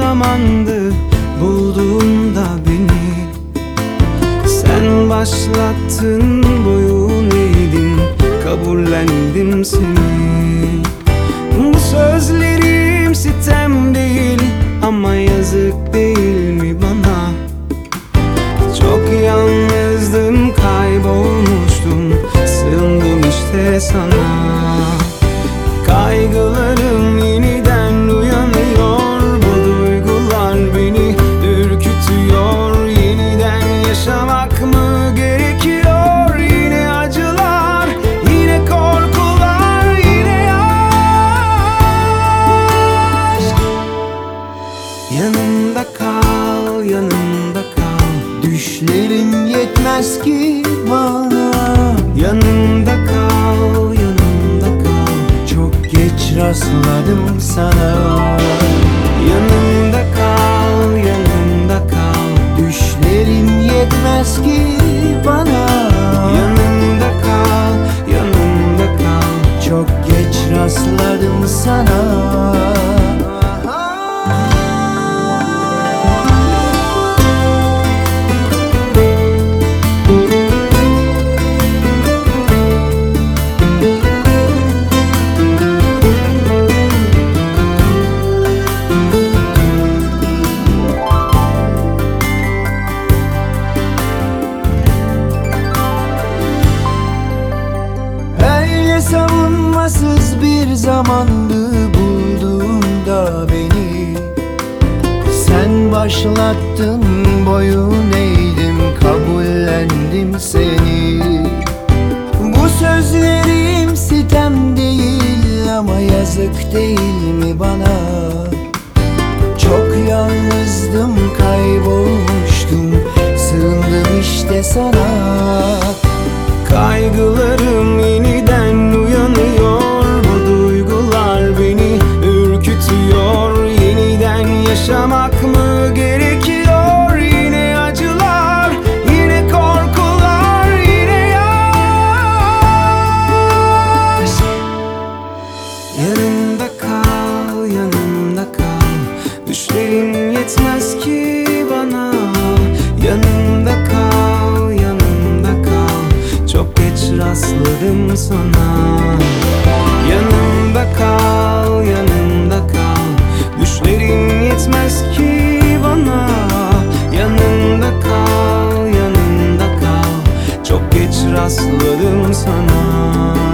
zamandı bulduğunda beni. Sen başlattın, boyun eğdim, kabullendim seni. Bu sözlerim sitem değil ama yazık değil mi bana? Çok yalnızdım, kaybolmuştum, sığındım işte sana. Kaygılarım yeniden uyanıyor, bu duygular beni ürkütüyor. Yeniden yaşamak mı gerekiyor? Yine acılar, yine korkular, yine aşk. Yanımda kal, yanımda kal, Düşlerin yetmez ki bana. yanımda kal, yanımda kal. Çok geç rastladım sana. Yanımda kal, yanımda kal. Düşlerin yetmez ki bana. Yanımda kal, yanımda kal. Çok geç rastladım sana. Savunmasız bir zamandı bulduğunda beni. Sen başlattın, boyun eğdim, kabullendim seni. Bu sözlerim sitem değil ama yazık değil mi bana? Çok yalnızdım, kaybolmuştum, sığındım işte sana. Kaygılarım yeniden uyanıyor, bu duygular beni ürkütüyor. Yeniden yaşamak mı gerekiyor? Yine acılar, yine korkular, yine aşk. Yanımda kal, yanımda kal. Düşlerin yetmez ki bana. Yanımda kal, yanımda kal. Çok geç rastladım sana. Yanımda kal, yanımda kal. Düşlerin yetmez ki bana. Yanımda kal, yanımda kal. Çok geç rastladım sana.